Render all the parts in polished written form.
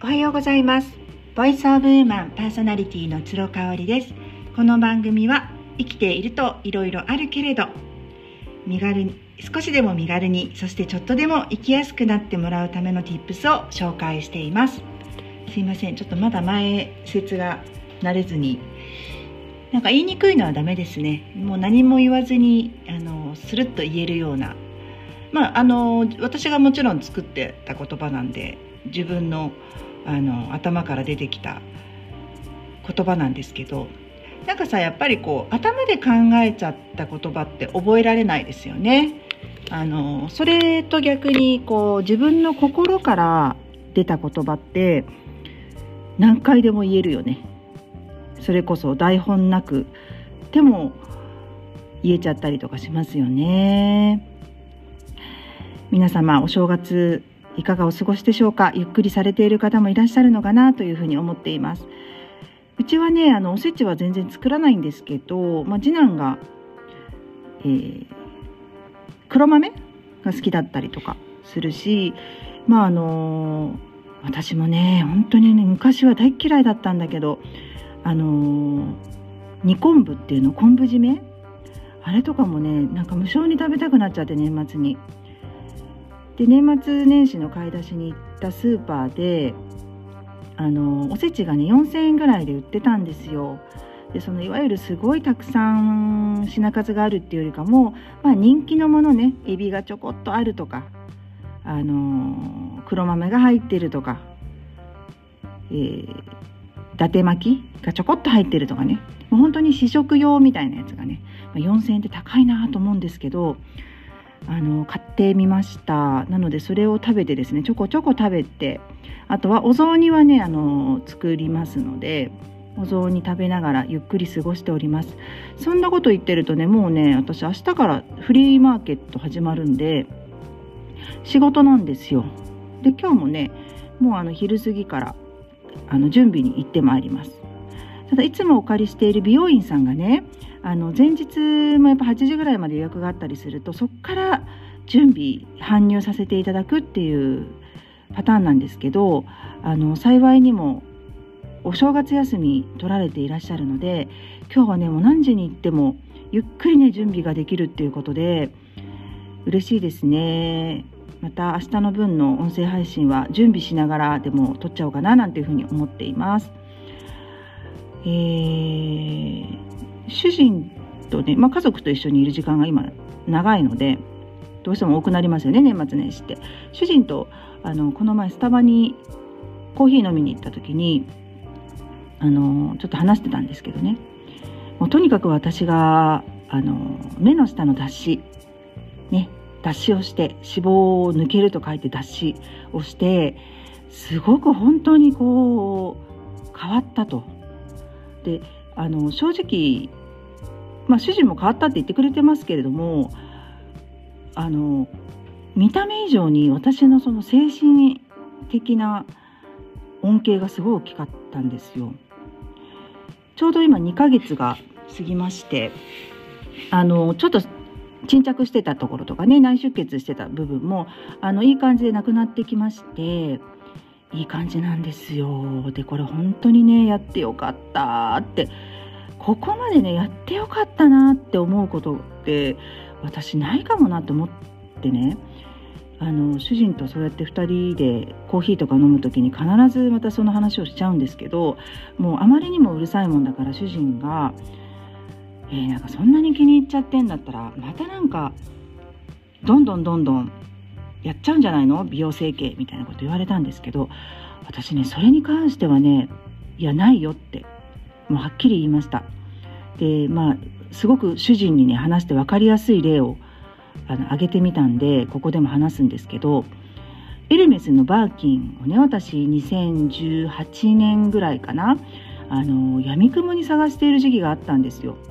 おはようございます。ボイスオブウーマンパーソナリティのつろかおりです。この番組は生きているといろいろあるけれど、身軽に少しでも身軽に、そしてちょっとでも生きやすくなってもらうための Tips を紹介しています。すいません、ちょっとまだ前説が慣れずに、なんか言いにくいのはダメですね。もう何も言わずにスルッと言えるような、私がもちろん作ってた言葉なんで、自分の頭から出てきた言葉なんですけど、なんかさ、やっぱりこう頭で考えちゃった言葉って覚えられないですよね。それと逆にこう自分の心から出た言葉って何回でも言えるよね。それこそ台本なくでも言えちゃったりとかしますよね。皆様、お正月いかがお過ごしでしょうか。ゆっくりされている方もいらっしゃるのかなというふうに思っています。うちはね、おせちは全然作らないんですけど、次男が、黒豆が好きだったりとかするし、私もね、本当にね、昔は大嫌いだったんだけど、煮昆布っていうの、昆布締め、あれとかもね、なんか無性に食べたくなっちゃって、年末に。で、年末年始の買い出しに行ったスーパーでおせちがね4000円ぐらいで売ってたんですよ。で、そのいわゆるすごいたくさん品数があるっていうよりかも、人気のものね、エビがちょこっとあるとか、黒豆が入ってるとか、伊達巻きがちょこっと入ってるとかね、もう本当に試食用みたいなやつがね、4000円って高いなと思うんですけど、買ってみました。なのでそれを食べてですね、ちょこちょこ食べて、あとはお雑煮はね作りますので、お雑煮食べながらゆっくり過ごしております。そんなこと言ってるとね、もうね、私明日からフリーマーケット始まるんで仕事なんですよ。で、今日もね、もう昼過ぎから準備に行ってまいります。ただ、いつもお借りしている美容院さんがね、前日もやっぱ8時ぐらいまで予約があったりすると、そこから準備搬入させていただくっていうパターンなんですけど、幸いにもお正月休み取られていらっしゃるので、今日はね、もう何時に行ってもゆっくりね準備ができるっていうことで嬉しいですね。また明日の分の音声配信は準備しながらでも撮っちゃおうかななんていうふうに思っています。主人とね、家族と一緒にいる時間が今長いのでどうしても多くなりますよね、年末年始って。主人とこの前スタバにコーヒー飲みに行った時にちょっと話してたんですけどね、もうとにかく私が目の下の脱脂をして、脂肪を抜けると書いて脱脂をして、すごく本当にこう変わったと。で、正直、主人も変わったって言ってくれてますけれども、見た目以上に私のその精神的な恩恵がすごい大きかったんですよ。ちょうど今2ヶ月が過ぎまして、ちょっと沈着してたところとかね、内出血してた部分もいい感じでなくなってきまして、いい感じなんですよ。で、これ本当にね、やってよかったって、ここまでねやってよかったなって思うことって私ないかもなと思ってね、主人とそうやって2人でコーヒーとか飲む時に必ずまたその話をしちゃうんですけど、もうあまりにもうるさいもんだから、主人がなんかそんなに気に入っちゃってんだったら、またなんかどんどんやっちゃうんじゃないの、美容整形みたいなこと言われたんですけど、私ね、それに関してはね、いやないよってもうはっきり言いました。で、すごく主人にね話して分かりやすい例を挙げてみたんで、ここでも話すんですけど、エルメスのバーキンをね、私2018年ぐらいかな、闇雲に探している時期があったんですよ。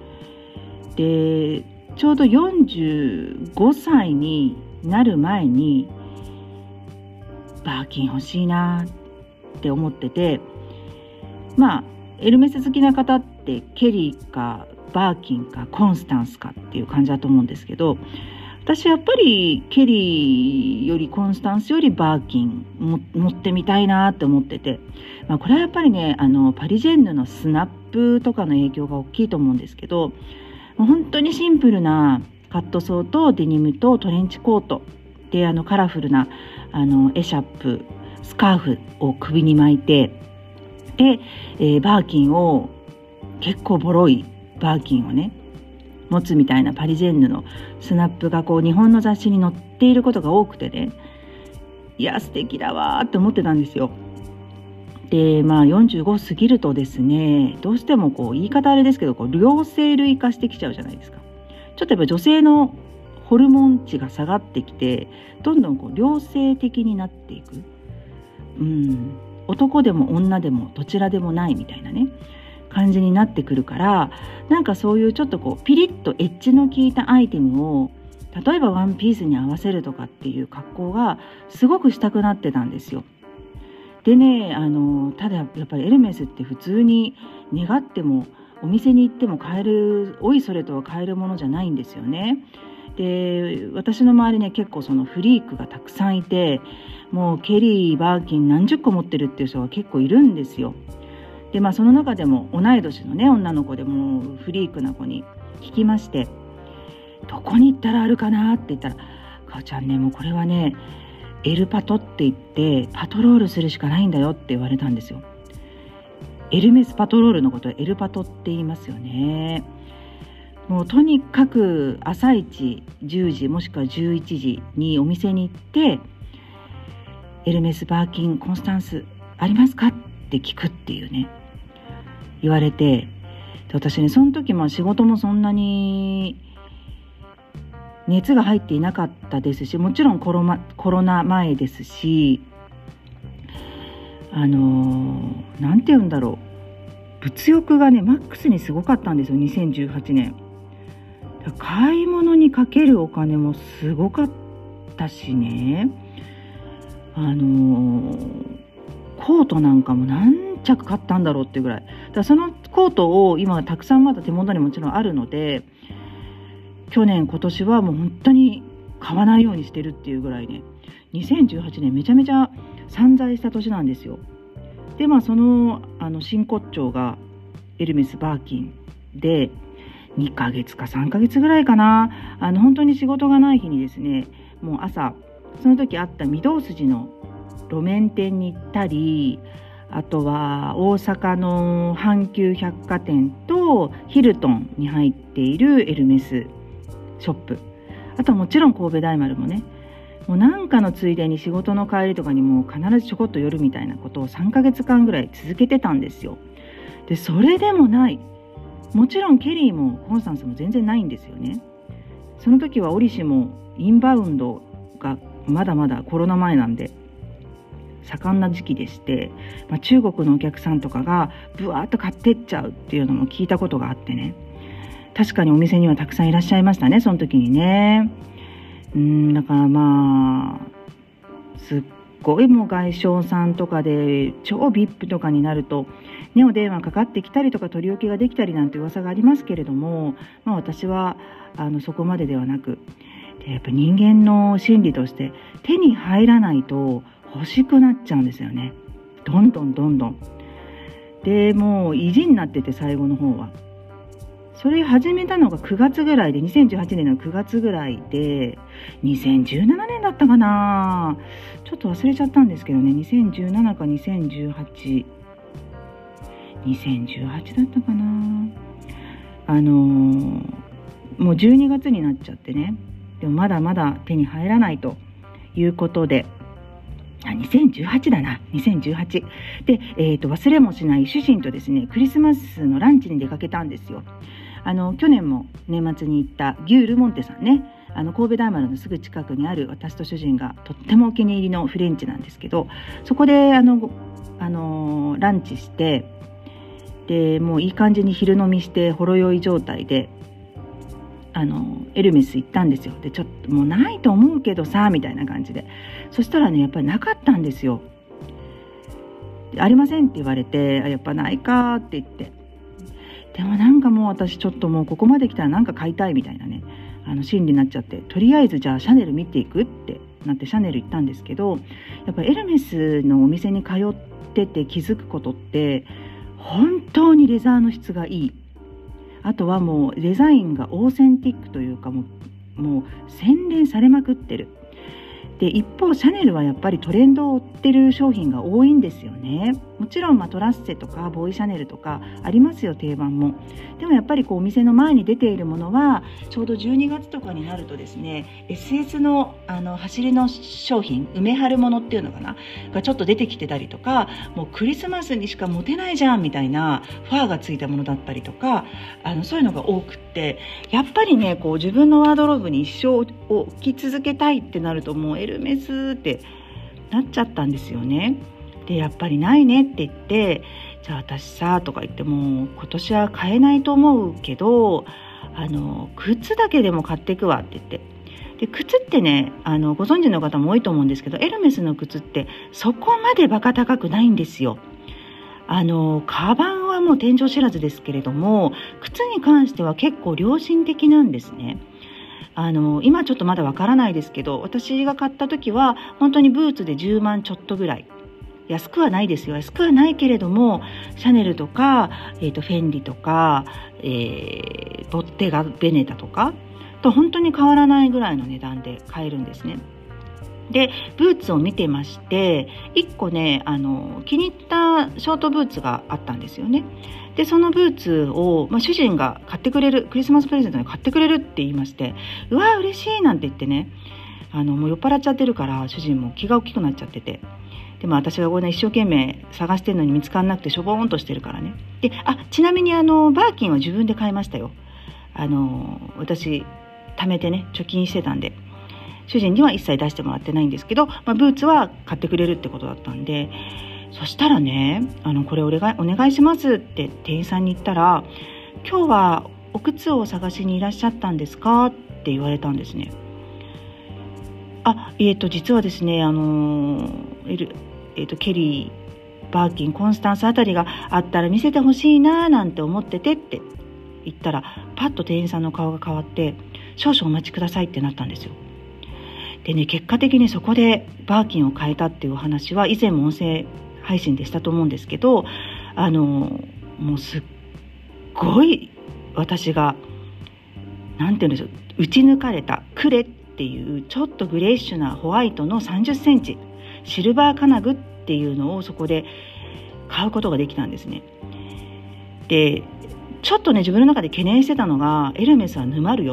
で、ちょうど45歳になる前にバーキン欲しいなって思ってて、エルメス好きな方ってケリーかバーキンかコンスタンスかっていう感じだと思うんですけど、 私やっぱりケリーよりコンスタンスよりバーキン持ってみたいなって思ってて、これはやっぱりねパリジェンヌのスナップとかの影響が大きいと思うんですけど、もう本当にシンプルなカットソーとデニムとトレンチコートでカラフルなエシャップスカーフを首に巻いてで、バーキンを結構ボロいバーキンをね持つみたいなパリジェンヌのスナップが日本の雑誌に載っていることが多くてね、いや素敵だわーって思ってたんですよ。で45過ぎるとですね、どうしても言い方あれですけど両生類化してきちゃうじゃないですか。ちょっとやっぱ女性のホルモン値が下がってきてどんどん両性的になっていく、男でも女でもどちらでもないみたいなね感じになってくるから、なんかそういうちょっとピリッとエッジの効いたアイテムを例えばワンピースに合わせるとかっていう格好がすごくしたくなってたんですよ。でねただやっぱりエルメスって普通に願ってもお店に行っても買える、おいそれとは買えるものじゃないんですよね。で私の周りね結構そのフリークがたくさんいて、もうケリーバーキン何十個持ってるっていう人が結構いるんですよ。でその中でも同い年のね女の子でもフリークな子に聞きまして、どこに行ったらあるかなって言ったら、母ちゃんねもうこれはねエルパトって言ってパトロールするしかないんだよって言われたんですよ。エルメスパトロールのことはエルパトって言いますよね。もうとにかく朝一10時もしくは11時にお店に行ってエルメスバーキンコンスタンスありますかって聞くっていうね言われて、で私ねその時仕事もそんなに熱が入っていなかったですし、もちろんコロナ前ですし、なんて言うんだろう、物欲がねマックスにすごかったんですよ2018年。買い物にかけるお金もすごかったしね、コートなんかも何着買ったんだろうっていうぐらい。だからそのコートを今たくさんまだ手元にもちろんあるので、去年今年はもう本当に買わないようにしてるっていうぐらいね、2018年めちゃめちゃ散財した年なんですよ。でその真骨頂がエルメスバーキンで2ヶ月か3ヶ月ぐらいかな、本当に仕事がない日にですね、もう朝その時あった御堂筋の路面店に行ったり、あとは大阪の阪急百貨店とヒルトンに入っているエルメスショップ、あとはもちろん神戸大丸もね、もうなんかのついでに仕事の帰りとかにもう必ずちょこっと寄るみたいなことを3ヶ月間ぐらい続けてたんですよ。でそれでもない、もちろんケリーもコンスタンスも全然ないんですよね。その時は折しもインバウンドがまだまだコロナ前なんで盛んな時期でして、中国のお客さんとかがブワーッと買ってっちゃうっていうのも聞いたことがあってね、確かにお店にはたくさんいらっしゃいましたねその時にね。だからすっごいもう外商さんとかで超 VIP とかになるとね、お電話かかってきたりとか取り置きができたりなんて噂がありますけれども、私はそこまでではなく、でやっぱ人間の心理として手に入らないと欲しくなっちゃうんですよね。どんどんでもう意地になってて、最後の方はそれ始めたのが9月ぐらいで、2018年の9月ぐらいで、2017年だったかな、ちょっと忘れちゃったんですけどね、2017か2018だったかな。もう12月になっちゃってね、でもまだまだ手に入らないということで、2018だな、2018で、忘れもしない主人とですね、クリスマスのランチに出かけたんですよ。去年も年末に行ったギュー・ルモンテさんね、神戸大丸のすぐ近くにある私と主人がとってもお気に入りのフレンチなんですけど、そこでランチして、でもういい感じに昼飲みしてほろ酔い状態でエルメス行ったんですよ。でちょっともうないと思うけどさみたいな感じで、そしたらねやっぱりなかったんですよ。ありませんって言われて、やっぱないかって言って、でもなんかもう私ちょっともうここまで来たらなんか買いたいみたいなね、 心理になっちゃって、とりあえずじゃあシャネル見ていくってなってシャネル行ったんですけど、やっぱエルメスのお店に通ってて気づくことって、本当にレザーの質がいい。あとはもうデザインがオーセンティックというか、もう洗練されまくってる。で一方シャネルはやっぱりトレンドを追ってる商品が多いんですよね。もちろんトラッセとかボーイシャネルとかありますよ、定番も。でもやっぱりお店の前に出ているものは、ちょうど12月とかになるとですね、 SS の走りの商品、梅春物っていうのかながちょっと出てきてたりとか、もうクリスマスにしか持てないじゃんみたいなファーがついたものだったりとか、そういうのが多くって、やっぱりね自分のワードローブに一生を置き続けたいってなると、もうエルメスってなっちゃったんですよね。でやっぱりないねって言って、じゃあ私さとか言って、も今年は買えないと思うけど靴だけでも買っていくわって言って、で靴ってねご存知の方も多いと思うんですけど、エルメスの靴ってそこまでバカ高くないんですよ。カバンはもう天井知らずですけれども、靴に関しては結構良心的なんですね。今ちょっとまだわからないですけど、私が買った時は本当にブーツで10万ちょっとぐらい、安くはないですよ。安くはないけれども、シャネルとか、フェンディとか、ボッテガ・ベネタとかと本当に変わらないぐらいの値段で買えるんですね。でブーツを見てまして、1個ね気に入ったショートブーツがあったんですよね。でそのブーツを、主人が買ってくれる、クリスマスプレゼントに買ってくれるって言いまして、うわ嬉しいなんて言ってね、もう酔っ払っちゃってるから主人も気が大きくなっちゃってて、でも私が一生懸命探してるのに見つからなくてしょぼーんとしてるからね。でちなみにバーキンは自分で買いましたよ。私貯めてね貯金してたんで、主人には一切出してもらってないんですけど、ブーツは買ってくれるってことだったんで、そしたらねこれお願いしますって店員さんに言ったら、今日はお靴をお探しにいらっしゃったんですかって言われたんですね。実はですねケリー、バーキン、コンスタンスあたりがあったら見せてほしいななんて思っててって言ったら、パッと店員さんの顔が変わって、少々お待ちくださいってなったんですよ。でね、結果的にそこでバーキンを変えたっていうお話は以前も音声配信でしたと思うんですけど、もうすっごい私がなんて言うんでしょう、打ち抜かれたクレっていうちょっとグレイッシュなホワイトの30センチシルバー金具っていうのをそこで買うことができたんですね。でちょっとね自分の中で懸念してたのが、エルメスは沼るよって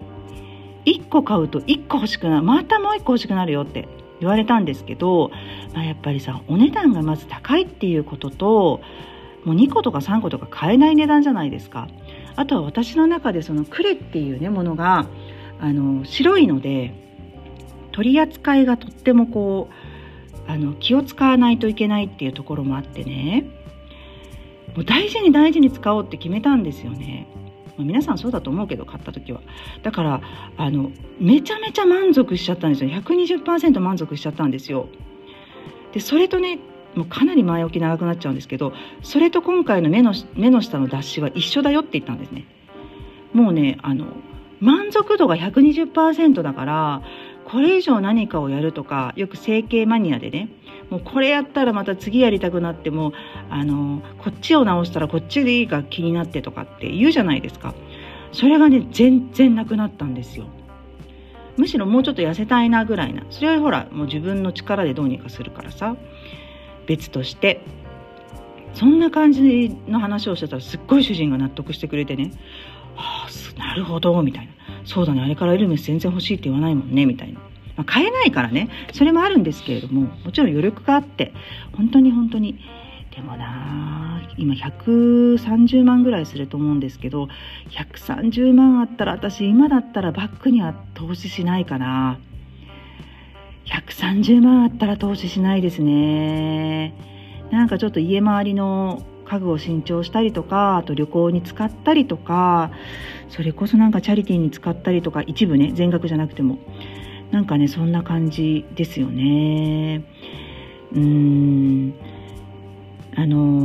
、1個買うと1個欲しくなる、またもう1個欲しくなるよって言われたんですけど、やっぱりさお値段がまず高いっていうことと、もう2個とか3個とか買えない値段じゃないですか。あとは私の中でそのクレっていうねものが白いので、取り扱いがとっても気を使わないといけないっていうところもあってね、もう大事に大事に使おうって決めたんですよね。皆さんそうだと思うけど、買った時はだからめちゃめちゃ満足しちゃったんですよ。 120% 満足しちゃったんですよ。でそれとね、もうかなり前置き長くなっちゃうんですけど、それと今回の目の下の脱脂は一緒だよって言ったんですね。もうね満足度が 120% だから、これ以上何かをやるとか、よく整形マニアでね、もうこれやったらまた次やりたくなってもこっちを直したらこっちでいいか気になってとかって言うじゃないですか。それがね全然なくなったんですよ。むしろもうちょっと痩せたいなぐらいな、それはほらもう自分の力でどうにかするからさ別として、そんな感じの話をしてたらすっごい主人が納得してくれてね、なるほどみたいな、そうだね、あれからエルメス全然欲しいって言わないもんねみたいな、買えないからね、それもあるんですけれども、もちろん余力があって本当にでもな、今130万ぐらいすると思うんですけど、130万あったら私今だったらバッグには投資しないかな。130万あったら投資しないですね。なんかちょっと家周りの家具を新調したりとか、あと旅行に使ったりとか、それこそなんかチャリティーに使ったりとか、一部ね全額じゃなくてもなんかねそんな感じですよね。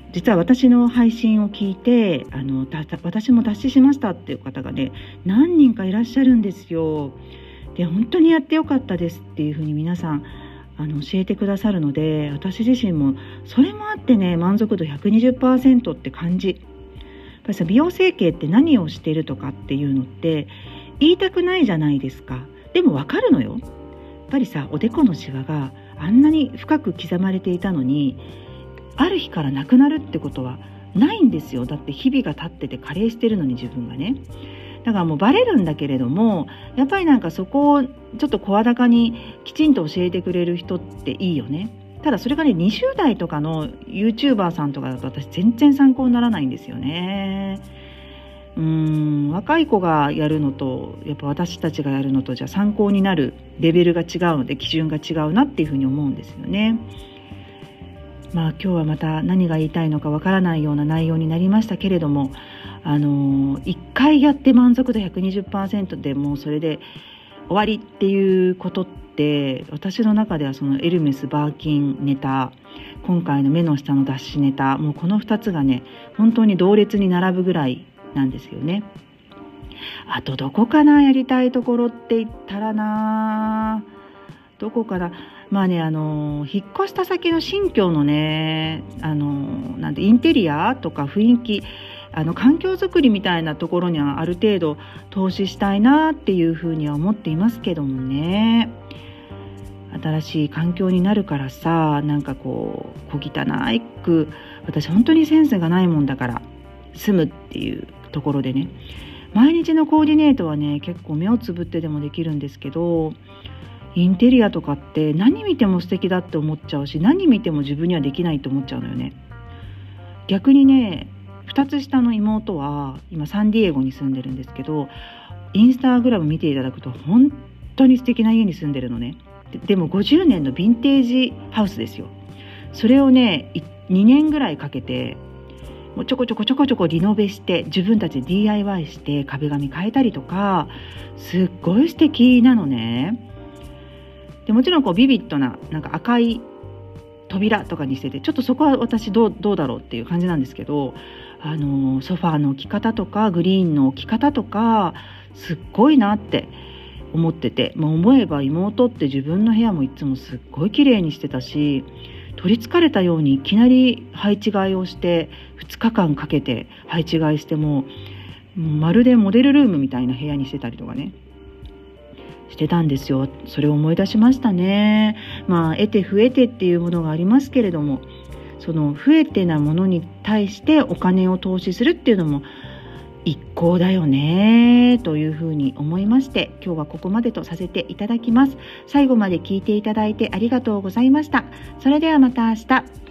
実は私の配信を聞いて私も脱脂しましたっていう方がね何人かいらっしゃるんですよ。で本当にやってよかったですっていうふうに皆さん教えてくださるので、私自身もそれもあってね満足度 120% って感じ。やっぱりさ、美容整形って何をしているとかっていうのって言いたくないじゃないですか。でも分かるのよ。やっぱりさ、おでこのシワがあんなに深く刻まれていたのにある日からなくなるってことはないんですよ。だって日々が経ってて加齢してるのに自分がね。だからもうバレるんだけれども、やっぱりなんかそこをちょっと声高にきちんと教えてくれる人っていいよね。ただそれがね20代とかの YouTuber さんとかだと私全然参考にならないんですよね。若い子がやるのとやっぱ私たちがやるのとじゃ参考になるレベルが違うので基準が違うなっていうふうに思うんですよね。今日はまた何が言いたいのかわからないような内容になりましたけれども、1回やって満足度 120% でもうそれで終わりっていうことって私の中ではそのエルメスバーキンネタ、今回の目の下の脱脂ネタ、もうこの2つがね本当に同列に並ぶぐらいなんですよね。あとどこかな、やりたいところって言ったらな、どこかな。引っ越した先の新居のねなんてインテリアとか雰囲気環境づくりみたいなところにはある程度投資したいなっていうふうには思っていますけどもね。新しい環境になるからさ、なんかこう小汚く、私本当にセンスがないもんだから住むっていうところでね、毎日のコーディネートはね結構目をつぶってでもできるんですけど、インテリアとかって何見ても素敵だって思っちゃうし、何見ても自分にはできないと思っちゃうのよね。逆にね、2つ下の妹は今サンディエゴに住んでるんですけど、インスタグラム見ていただくと本当に素敵な家に住んでるのね。でも50年のヴィンテージハウスですよ。それをね2年ぐらいかけてもうちょこちょこリノベして自分たちで DIY して壁紙変えたりとか、すっごい素敵なのね。でもちろんこうビビッドななんか赤い扉とかにしてて、ちょっとそこは私どうだろうっていう感じなんですけど、ソファーの置き方とかグリーンの置き方とかすっごいなって思ってて、思えば妹って自分の部屋もいつもすっごい綺麗にしてたし、取りつかれたようにいきなり配置換えをして2日間かけて配置換えしてもまるでモデルルームみたいな部屋にしてたりとかねしてたんですよ。それを思い出しましたね。得て増えてっていうものがありますけれども、その増えてなものに対してお金を投資するっていうのも一考だよねというふうに思いまして、今日はここまでとさせていただきます。最後まで聞いていただいてありがとうございました。それではまた明日。